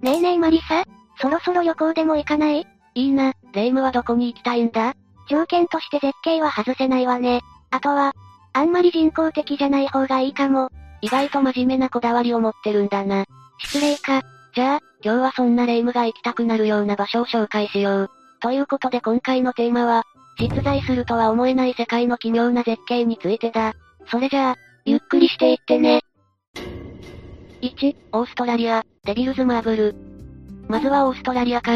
ねえねえマリサ、そろそろ旅行でも行かない？ いいな、レ夢ムはどこに行きたいんだ？ 条件として絶景は外せないわね。あとは、あんまり人工的じゃない方がいいかも。 意外と真面目なこだわりを持ってるんだな。 失礼か。 じゃあ、今日はそんなレ夢ムが行きたくなるような場所を紹介しよう。ということで今回のテーマは、実在するとは思えない世界の奇妙な絶景についてだ。それじゃあ、ゆっくりしていってね。1、オーストラリア、デビルズマーブル。まずはオーストラリアから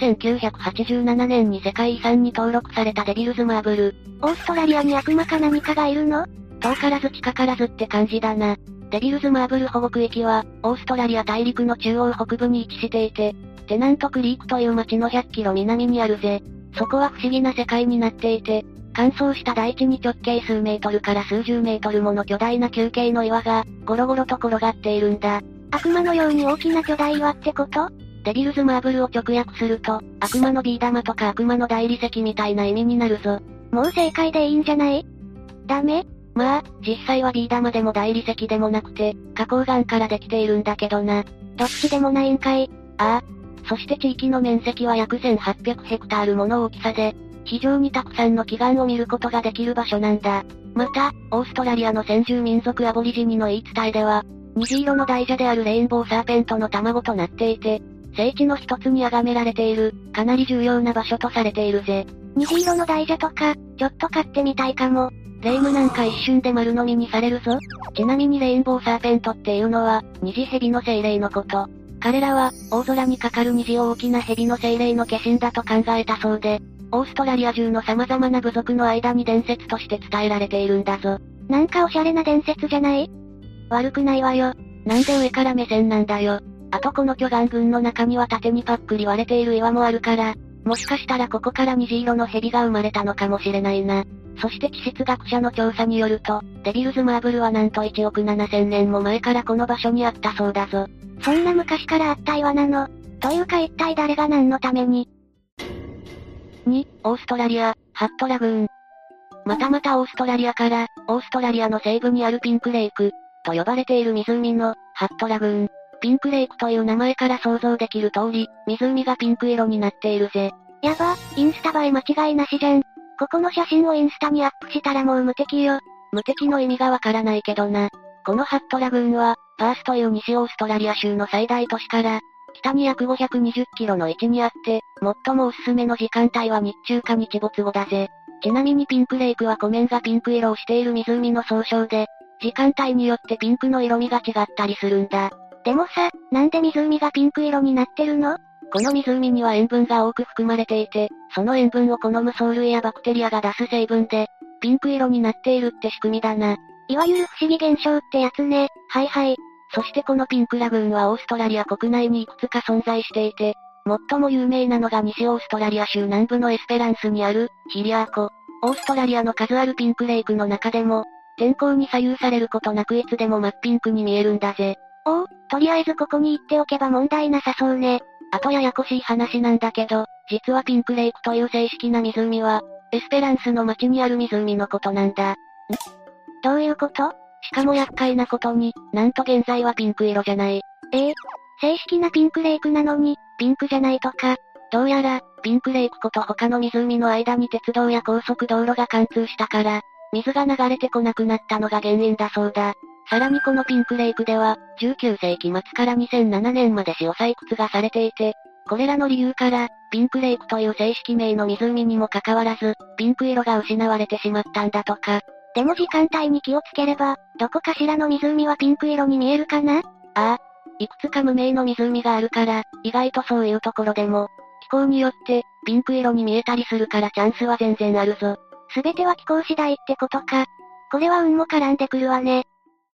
、1987年に世界遺産に登録されたデビルズマーブル。 オーストラリアに悪魔か何かがいるの？ 遠からず近からずって感じだな。デビルズマーブル保護区域は、オーストラリア大陸の中央北部に位置していて、テナントクリークという町の100キロ南にあるぜ。そこは不思議な世界になっていて、乾燥した大地に直径数メートルから数十メートルもの巨大な球形の岩が、ゴロゴロと転がっているんだ。 悪魔のように大きな巨大岩ってこと？ デビルズマーブルを直訳すると、悪魔のビー玉とか悪魔の大理石みたいな意味になるぞ。 もう正解でいいんじゃない？ダメ？ まあ、実際はビー玉でも大理石でもなくて、花崗岩からできているんだけどな。 どっちでもないんかい。 ああ。そして地域の面積は約1800ヘクタールもの大きさで、非常にたくさんの奇岩を見ることができる場所なんだ。また、オーストラリアの先住民族アボリジニの言い伝えでは、虹色の大蛇であるレインボーサーペントの卵となっていて、聖地の一つに崇められている、かなり重要な場所とされているぜ。 虹色の大蛇とか、ちょっと買ってみたいかも。 レイムなんか一瞬で丸飲みにされるぞ。ちなみにレインボーサーペントっていうのは、虹蛇の精霊のこと。彼らは、大空にかかる虹を大きな蛇の精霊の化身だと考えたそうで、オーストラリア中の様々な部族の間に伝説として伝えられているんだぞ。 なんかおしゃれな伝説じゃない？悪くないわよ。 なんで上から目線なんだよ。あとこの巨岩群の中には縦にパックリ割れている岩もあるから、もしかしたらここから虹色の蛇が生まれたのかもしれないな。そして地質学者の調査によると、デビルズマーブルはなんと1億7000年も前からこの場所にあったそうだぞ。 そんな昔からあった岩なの？というか一体誰が何のために？ 2、オーストラリア、ハットラグーン。またまたオーストラリアから、オーストラリアの西部にあるピンクレイク、と呼ばれている湖の、ハットラグーン。ピンクレイクという名前から想像できる通り、湖がピンク色になっているぜ。 やば、インスタ映え間違いなしじゃん。ここの写真をインスタにアップしたらもう無敵よ。 無敵の意味がわからないけどな。このハットラグーンは、パースという西オーストラリア州の最大都市から、北に約520キロの位置にあって、最もおすすめの時間帯は日中か日没後だぜ。ちなみにピンクレイクは湖面がピンク色をしている湖の総称で、時間帯によってピンクの色味が違ったりするんだ。 でもさ、なんで湖がピンク色になってるの？ この湖には塩分が多く含まれていて、その塩分を好む藻類やバクテリアが出す成分で、ピンク色になっているって仕組みだな。 いわゆる不思議現象ってやつね。はいはい。 そしてこのピンクラグーンはオーストラリア国内にいくつか存在していて、最も有名なのが西オーストラリア州南部のエスペランスにある、ヒリアー湖。オーストラリアの数あるピンクレイクの中でも、天候に左右されることなくいつでも真っピンクに見えるんだぜ。 おお、とりあえずここに行っておけば問題なさそうね。 あとややこしい話なんだけど、実はピンクレイクという正式な湖は、エスペランスの町にある湖のことなんだ。 どういうこと？ しかも厄介なことに、なんと現在はピンク色じゃない。 正式なピンクレイクなのに、ピンクじゃないとか。 どうやら、ピンクレイク湖と他の湖の間に鉄道や高速道路が貫通したから、水が流れてこなくなったのが原因だそうだ。さらにこのピンクレイクでは、19世紀末から2007年まで塩採掘がされていて、これらの理由から、ピンクレイクという正式名の湖にもかかわらず、ピンク色が失われてしまったんだとか。 でも時間帯に気をつければ、どこかしらの湖はピンク色に見えるかな？ ああ。いくつか無名の湖があるから、意外とそういうところでも、気候によって、ピンク色に見えたりするからチャンスは全然あるぞ。 すべては気候次第ってことか。これは運も絡んでくるわね。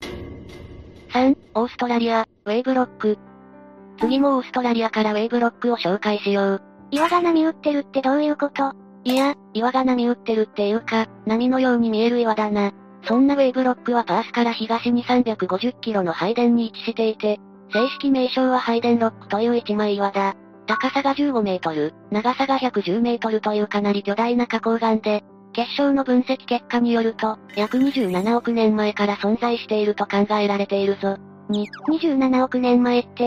3、オーストラリア、ウェーブロック。次もオーストラリアからウェーブロックを紹介しよう。 岩が波打ってるってどういうこと？ いや、岩が波打ってるっていうか、波のように見える岩だな。そんなウェーブロックはパースから東に350キロの拝殿に位置していて、正式名称は拝殿ロックという一枚岩だ。高さが15メートル、長さが110メートルというかなり巨大な花崗岩で、結晶の分析結果によると、約27億年前から存在していると考えられているぞ。 27億年前って、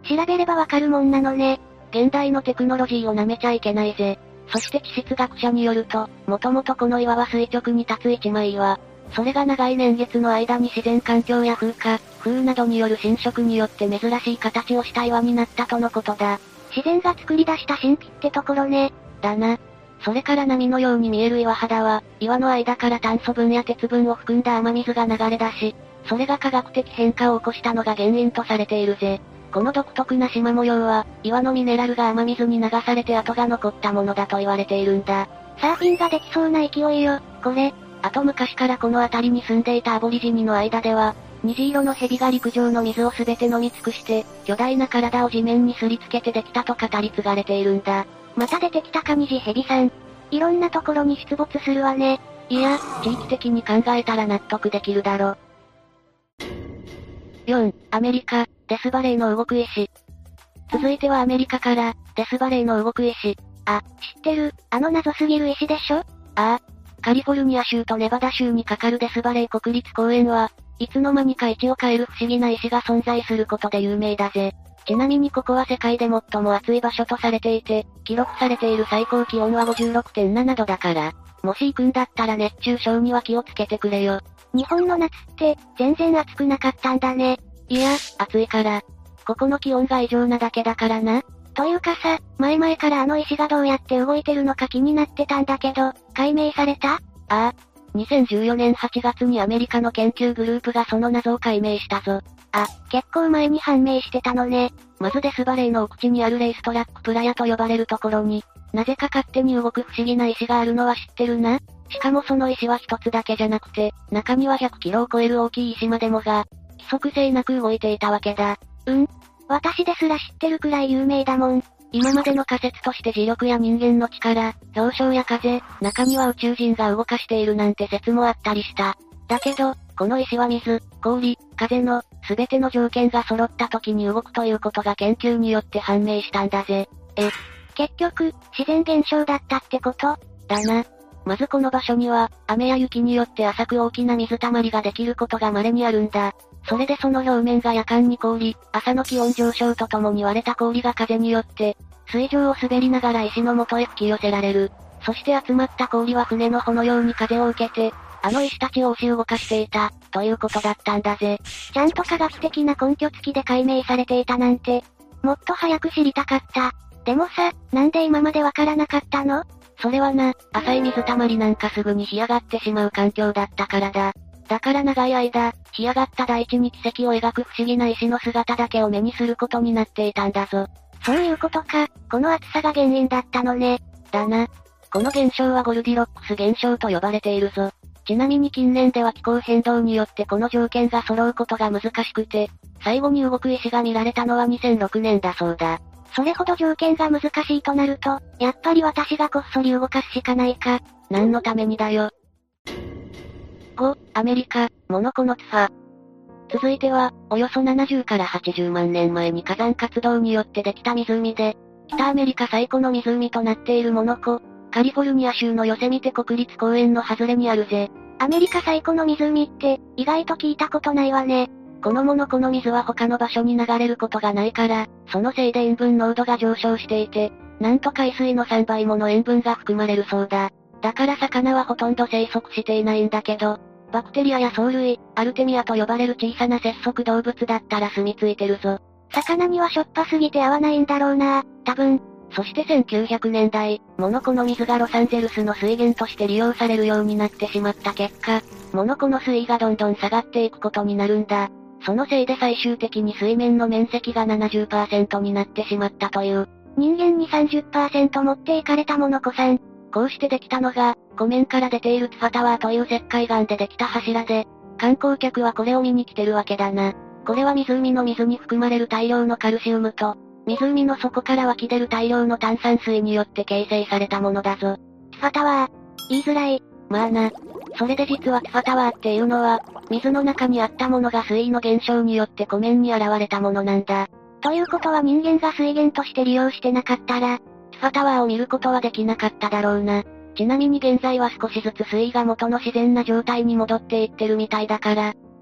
調べればわかるもんなのね。 現代のテクノロジーを舐めちゃいけないぜ。そして地質学者によると、もともとこの岩は垂直に立つ一枚岩。それが長い年月の間に自然環境や風雨などによる侵食によって珍しい形をした岩になったとのことだ。 自然が作り出した神秘ってところね。 だな。それから波のように見える岩肌は、岩の間から炭素分や鉄分を含んだ雨水が流れ出し、それが科学的変化を起こしたのが原因とされているぜ。この独特な縞模様は、岩のミネラルが雨水に流されて跡が残ったものだと言われているんだ。 サーフィンができそうな勢いよ、これ。 あと昔からこの辺りに住んでいたアボリジニの間では、虹色の蛇が陸上の水をすべて飲み尽くして、巨大な体を地面にすりつけてできたと語り継がれているんだ。 また出てきたか虹蛇さん。いろんなところに出没するわね。 いや、地域的に考えたら納得できるだろ。4、アメリカ、デスバレーの動く石。続いてはアメリカから、デスバレーの動く石。 あ、知ってる、あの謎すぎる石でしょ？ ああ。カリフォルニア州とネバダ州にかかるデスバレー国立公園は、いつの間にか位置を変える不思議な石が存在することで有名だぜ。ちなみにここは世界で最も暑い場所とされていて、記録されている最高気温は 56.7 度だから、もし行くんだったら熱中症には気をつけてくれよ。 日本の夏って、全然暑くなかったんだね。 いや、暑いから。ここの気温が異常なだけだからな。 というかさ、前々からあの石がどうやって動いてるのか気になってたんだけど、解明された？ ああ。2014年8月にアメリカの研究グループがその謎を解明したぞ。 あ、結構前に判明してたのね。 まずデスバレーの奥地にあるレイストラックプラヤと呼ばれるところに、なぜか勝手に動く不思議な石があるのは知ってるな？しかもその石は一つだけじゃなくて、中には100キロを超える大きい石までもが、規則性なく動いていたわけだ。 私ですら知ってるくらい有名だもん。 今までの仮説として磁力や人間の力、氷床や風、中には宇宙人が動かしているなんて説もあったりした。だけど、この石は水、氷、風の、すべての条件が揃った時に動くということが研究によって判明したんだぜ。 結局、自然現象だったってこと？ だな。まずこの場所には、雨や雪によって浅く大きな水たまりができることが稀にあるんだ。それでその表面が夜間に凍り、朝の気温上昇とともに割れた氷が風によって、水上を滑りながら石の元へ吹き寄せられる。そして集まった氷は船の帆のように風を受けて、あの石たちを押し動かしていた、ということだったんだぜ。 ちゃんと科学的な根拠付きで解明されていたなんて、もっと早く知りたかった。でもさ、なんで今までわからなかったの？ それはな、浅い水たまりなんかすぐに干上がってしまう環境だったからだ。だから長い間、干上がった大地に奇跡を描く不思議な石の姿だけを目にすることになっていたんだぞ。 そういうことか、この暑さが原因だったのね。 だな。この現象はゴルディロックス現象と呼ばれているぞ。ちなみに近年では気候変動によってこの条件が揃うことが難しくて、最後に動く石が見られたのは2006年だそうだ。 それほど条件が難しいとなると、やっぱり私がこっそり動かすしかないか。 何のためにだよ。5、アメリカ、モノコノツファ。続いては、およそ70から80万年前に火山活動によってできた湖で、北アメリカ最古の湖となっているモノコ、カリフォルニア州のヨセミテ国立公園の外れにあるぜ。 アメリカ最古の湖って、意外と聞いたことないわね。 このモノコの水は他の場所に流れることがないから、そのせいで塩分濃度が上昇していて、なんと海水の3倍もの塩分が含まれるそうだ。だから魚はほとんど生息していないんだけど、バクテリアや藻類、アルテミアと呼ばれる小さな節足動物だったら住み着いてるぞ。 魚にはしょっぱすぎて合わないんだろうな、多分。 そして1900年代、モノコの水がロサンゼルスの水源として利用されるようになってしまった結果、モノコの水位がどんどん下がっていくことになるんだ。そのせいで最終的に水面の面積が 70% になってしまったという。 人間に 30% 持っていかれたモノコさん。 こうしてできたのが、湖面から出ているツファタワーという石灰岩でできた柱で、観光客はこれを見に来てるわけだな。これは湖の水に含まれる大量のカルシウムと、湖の底から湧き出る大量の炭酸水によって形成されたものだぞ。 ツファタワー。言いづらい。 まあな。それで実はツファタワーっていうのは、水の中にあったものが水位の減少によって湖面に現れたものなんだ。 ということは人間が水源として利用してなかったら、 ツファタワーを見ることはできなかっただろうな。ちなみに現在は少しずつ水位が元の自然な状態に戻っていってるみたいだから、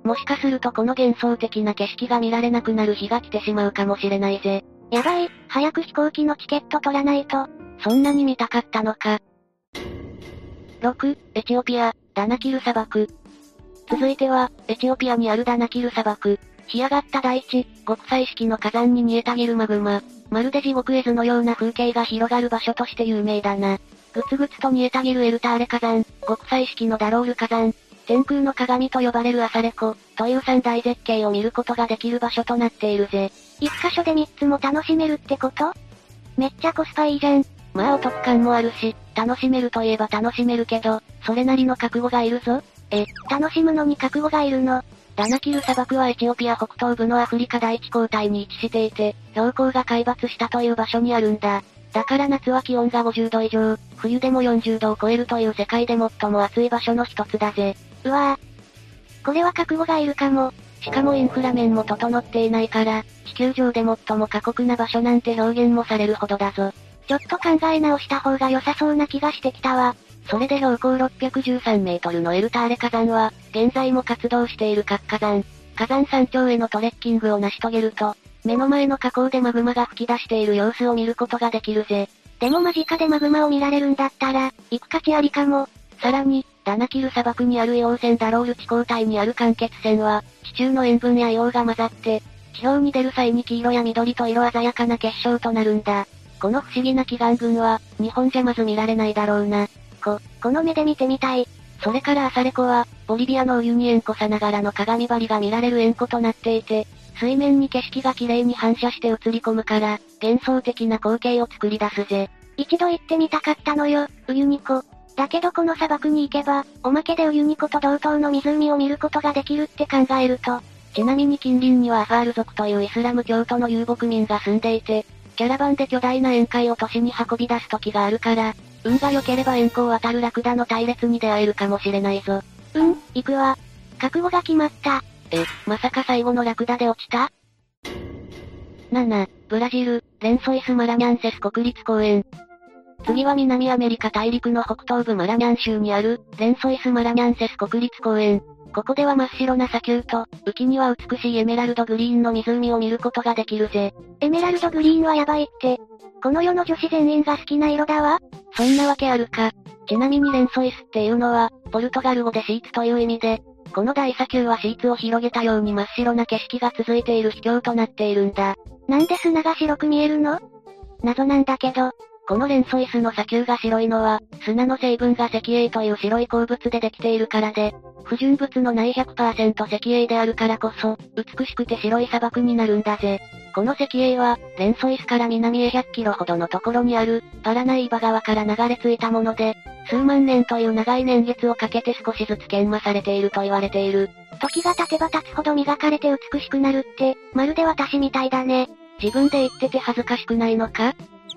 もしかするとこの幻想的な景色が見られなくなる日が来てしまうかもしれないぜ。 やばい、早く飛行機のチケット取らないと。 そんなに見たかったのか。6、エチオピア、ダナキル砂漠。続いては、エチオピアにあるダナキル砂漠。干上がった大地、極彩色の火山に煮えたぎるマグマ。まるで地獄絵図のような風景が広がる場所として有名だな。ぐつぐつと煮えたぎるエルターレ火山、極彩色のダロール火山、天空の鏡と呼ばれるアサレ湖、という三大絶景を見ることができる場所となっているぜ。 一箇所で3つも楽しめるってこと？めっちゃコスパいいじゃん。 まあお得感もあるし、楽しめるといえば楽しめるけど、それなりの覚悟がいるぞ。 楽しむのに覚悟がいるの？ ダナキル砂漠はエチオピア北東部のアフリカ第一高地に位置していて、標高が海抜したという場所にあるんだ。だから夏は気温が50度以上、冬でも40度を超えるという世界で最も暑い場所の一つだぜ。 うわぁ。これは覚悟がいるかも。 しかもインフラ面も整っていないから、地球上で最も過酷な場所なんて表現もされるほどだぞ。 ちょっと考え直した方が良さそうな気がしてきたわ。 それで標高613メートルのエルターレ火山は、現在も活動している活火山。火山山頂へのトレッキングを成し遂げると、目の前の火口でマグマが吹き出している様子を見ることができるぜ。 でも間近でマグマを見られるんだったら、行く価値ありかも。 さらに、ダナキル砂漠にある硫黄泉ダロール地溝帯にある間欠泉は、地中の塩分や硫黄が混ざって、地表に出る際に黄色や緑と色鮮やかな結晶となるんだ。この不思議な奇岩群は、日本じゃまず見られないだろうな。 この目で見てみたい。 それからアサレ湖は、ボリビアのお湯に塩湖さながらの鏡張りが見られる塩湖となっていて、水面に景色が綺麗に反射して映り込むから、幻想的な光景を作り出すぜ。 一度行ってみたかったのよ、ウユニ湖。だけどこの砂漠に行けば、おまけでウユニ湖と同等の湖を見ることができるって考えると。 ちなみに近隣にはアファール族というイスラム教徒の遊牧民が住んでいて、キャラバンで巨大な宴会を都市に運び出す時があるから、運が良ければ塩湖を渡るラクダの隊列に出会えるかもしれないぞ。 行くわ。覚悟が決まった。 まさか最後のラクダで落ちた？ 7、ブラジル、レンソイスマラニャンセス国立公園。次は南アメリカ大陸の北東部マラニャン州にある、レンソイスマラニャンセス国立公園。ここでは真っ白な砂丘と、浮きには美しいエメラルドグリーンの湖を見ることができるぜ。 エメラルドグリーンはやばいって。この世の女子全員が好きな色だわ。 そんなわけあるか。ちなみにレンソイスっていうのは、ポルトガル語でシーツという意味で、この大砂丘はシーツを広げたように真っ白な景色が続いている秘境となっているんだ。 なんで砂が白く見えるの？謎なんだけど。 このレンソイスの砂丘が白いのは、砂の成分が石英という白い鉱物でできているからで、不純物のない 100% 石英であるからこそ、美しくて白い砂漠になるんだぜ。この石英は、レンソイスから南へ100キロほどのところにある、パラナイーバ川から流れ着いたもので、数万年という長い年月をかけて少しずつ研磨されていると言われている。 時が経てば経つほど磨かれて美しくなるって、まるで私みたいだね。 自分で言ってて恥ずかしくないのか？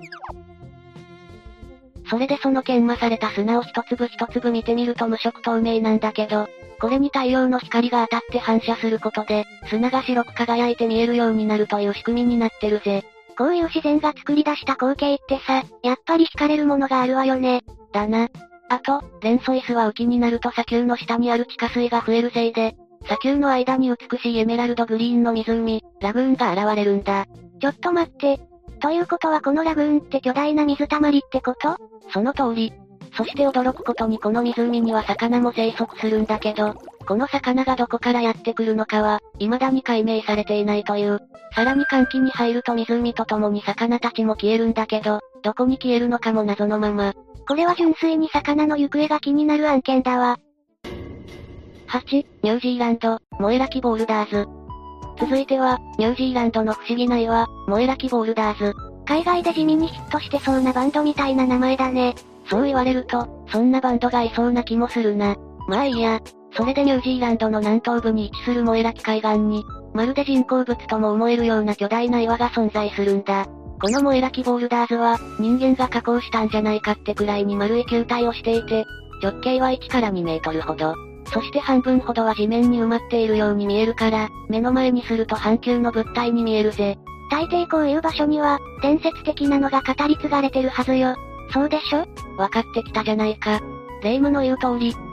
それでその研磨された砂を一粒一粒見てみると無色透明なんだけど、これに太陽の光が当たって反射することで、砂が白く輝いて見えるようになるという仕組みになってるぜ。 こういう自然が作り出した光景ってさ、やっぱり惹かれるものがあるわよね。 だな。あと、レンソイスは雨季になると砂丘の下にある地下水が増えるせいで、砂丘の間に美しいエメラルドグリーンの湖、ラグーンが現れるんだ。 ちょっと待って。ということはこのラグーンって巨大な水たまりってこと？ その通り。そして驚くことにこの湖には魚も生息するんだけど、この魚がどこからやってくるのかは、未だに解明されていないという。さらに乾季に入ると湖と共に魚たちも消えるんだけど、どこに消えるのかも謎のまま。 これは純粋に魚の行方が気になる案件だわ。 8、ニュージーランド、モエラキボールダーズ。続いては、ニュージーランドの不思議な岩、モエラキボールダーズ。 海外で地味にヒットしてそうなバンドみたいな名前だね。 そう言われると、そんなバンドがいそうな気もするな。まあいいや。それでニュージーランドの南東部に位置するモエラキ海岸に、まるで人工物とも思えるような巨大な岩が存在するんだ。このモエラキボールダーズは、人間が加工したんじゃないかってくらいに丸い球体をしていて、直径は1から2メートルほど。そして半分ほどは地面に埋まっているように見えるから、目の前にすると半球の物体に見えるぜ。 大抵こういう場所には、伝説的なのが語り継がれてるはずよ。そうでしょ？ わかってきたじゃないか。霊夢の言う通り、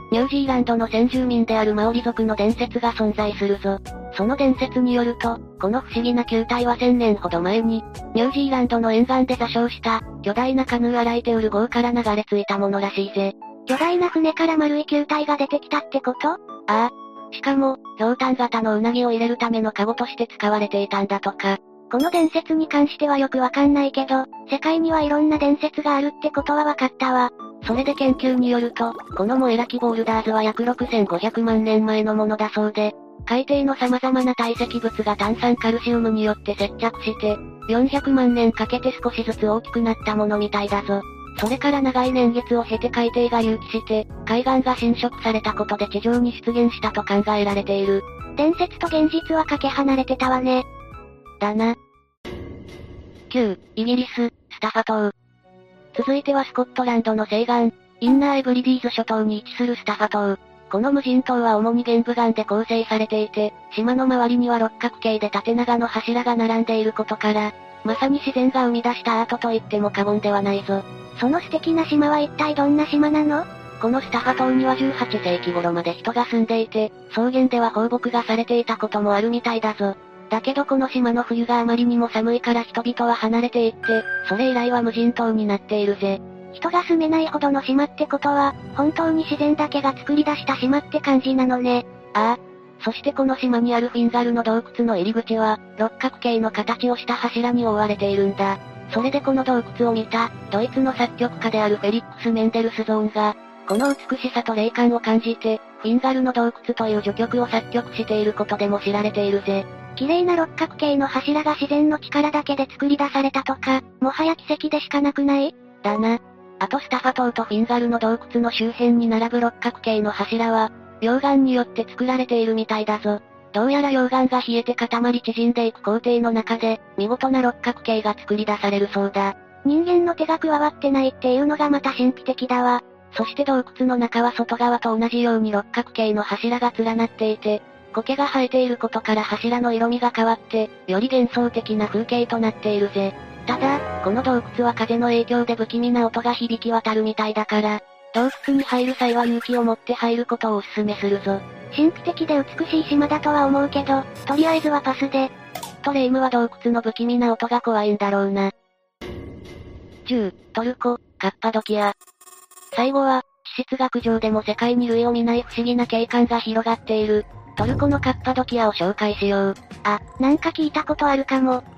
ニュージーランドの先住民であるマオリ族の伝説が存在するぞ。その伝説によると、この不思議な球体は1000年ほど前に、ニュージーランドの沿岸で座礁した、巨大なカヌーアライテウル号から流れ着いたものらしいぜ。 巨大な船から丸い球体が出てきたってこと？ ああ。しかも、ひょうたん型のウナギを入れるためのカゴとして使われていたんだとか。 この伝説に関してはよくわかんないけど、世界にはいろんな伝説があるってことはわかったわ。 それで研究によると、このモエラキボールダーズは約6500万年前のものだそうで、海底の様々な堆積物が炭酸カルシウムによって接着して、400万年かけて少しずつ大きくなったものみたいだぞ。それから長い年月を経て海底が隆起して、海岸が侵食されたことで地上に出現したと考えられている。 伝説と現実はかけ離れてたわね。 だな。9、イギリス、スタファ島。続いてはスコットランドの西岸、インナーエブリディーズ諸島に位置するスタファ島。この無人島は主に玄武岩で構成されていて、島の周りには六角形で縦長の柱が並んでいることから、まさに自然が生み出したアートと言っても過言ではないぞ。 その素敵な島は一体どんな島なの？ このスタファ島には18世紀頃まで人が住んでいて、草原では放牧がされていたこともあるみたいだぞ。だけどこの島の冬があまりにも寒いから人々は離れていって、それ以来は無人島になっているぜ。 人が住めないほどの島ってことは、本当に自然だけが作り出した島って感じなのね。 ああ。そしてこの島にあるフィンガルの洞窟の入り口は、六角形の形をした柱に覆われているんだ。それでこの洞窟を見た、ドイツの作曲家であるフェリックス・メンデルスゾーンが、この美しさと霊感を感じて、フィンガルの洞窟という序曲を作曲していることでも知られているぜ。 綺麗な六角形の柱が自然の力だけで作り出されたとか、もはや奇跡でしかなくない？ だな。あとスタファ島とフィンガルの洞窟の周辺に並ぶ六角形の柱は、溶岩によって作られているみたいだぞ。どうやら溶岩が冷えて固まり縮んでいく工程の中で、見事な六角形が作り出されるそうだ。 人間の手が加わってないっていうのがまた神秘的だわ。 そして洞窟の中は外側と同じように六角形の柱が連なっていて、苔が生えていることから柱の色味が変わって、より幻想的な風景となっているぜ。ただ、この洞窟は風の影響で不気味な音が響き渡るみたいだから、洞窟に入る際は勇気を持って入ることをお勧めするぞ。 神秘的で美しい島だとは思うけど、とりあえずはパスで。 レイムは洞窟の不気味な音が怖いんだろうな。10、トルコ、カッパドキア。最後は、地質学上でも世界に類を見ない不思議な景観が広がっている、トルコのカッパドキアを紹介しよう。 あ、なんか聞いたことあるかも。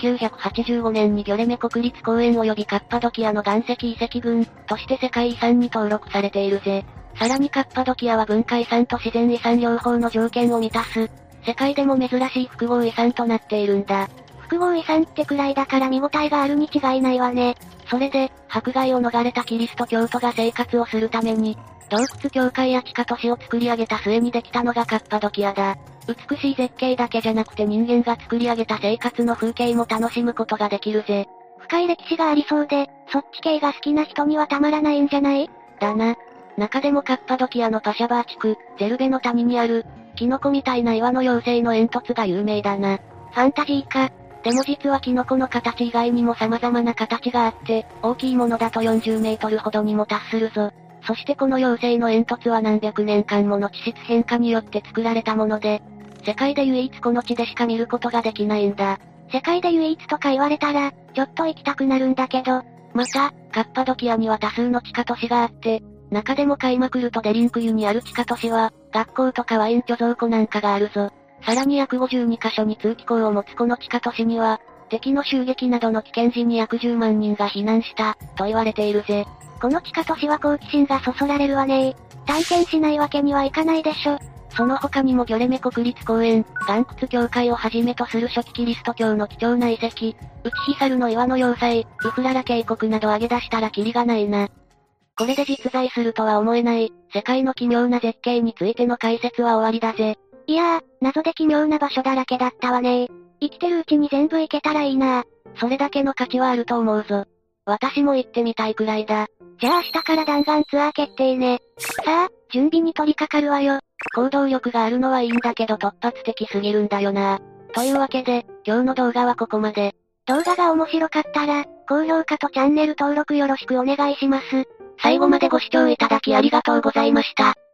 1985年にギョレメ国立公園及びカッパドキアの岩石遺跡群として世界遺産に登録されているぜ。さらにカッパドキアは文化遺産と自然遺産両方の条件を満たす、世界でも珍しい複合遺産となっているんだ。 複合遺産ってくらいだから見応えがあるに違いないわね。 それで、迫害を逃れたキリスト教徒が生活をするために、洞窟教会や地下都市を作り上げた末にできたのがカッパドキアだ。美しい絶景だけじゃなくて人間が作り上げた生活の風景も楽しむことができるぜ。 深い歴史がありそうで、そっち系が好きな人にはたまらないんじゃない？ だな。中でもカッパドキアのパシャバー地区、ゼルベの谷にある、キノコみたいな岩の妖精の煙突が有名だな。 ファンタジーか。 でも実はキノコの形以外にも様々な形があって、大きいものだと40メートルほどにも達するぞ。そしてこの妖精の煙突は何百年間もの地質変化によって作られたもので、世界で唯一この地でしか見ることができないんだ。 世界で唯一とか言われたら、ちょっと行きたくなるんだけど。 また、カッパドキアには多数の地下都市があって、中でもカイマクルとデリンクユにある地下都市は、学校とかワイン貯蔵庫なんかがあるぞ。さらに約52カ所に通気口を持つこの地下都市には、敵の襲撃などの危険時に約10万人が避難した、と言われているぜ。 この地下都市は好奇心がそそられるわね。体験しないわけにはいかないでしょ。 その他にもギョレメ国立公園、岩窟教会をはじめとする初期キリスト教の貴重な遺跡、ウチヒサルの岩の要塞、ウフララ渓谷など挙げ出したらキリがないな。これで実在するとは思えない、世界の奇妙な絶景についての解説は終わりだぜ。 いやー、謎で奇妙な場所だらけだったわね。生きてるうちに全部行けたらいいな。 それだけの価値はあると思うぞ。私も行ってみたいくらいだ。 じゃあ明日から弾丸ツアー決定ね。さあ、準備に取り掛かるわよ。 行動力があるのはいいんだけど突発的すぎるんだよな。というわけで、今日の動画はここまで。 動画が面白かったら、高評価とチャンネル登録よろしくお願いします。 最後までご視聴いただきありがとうございました。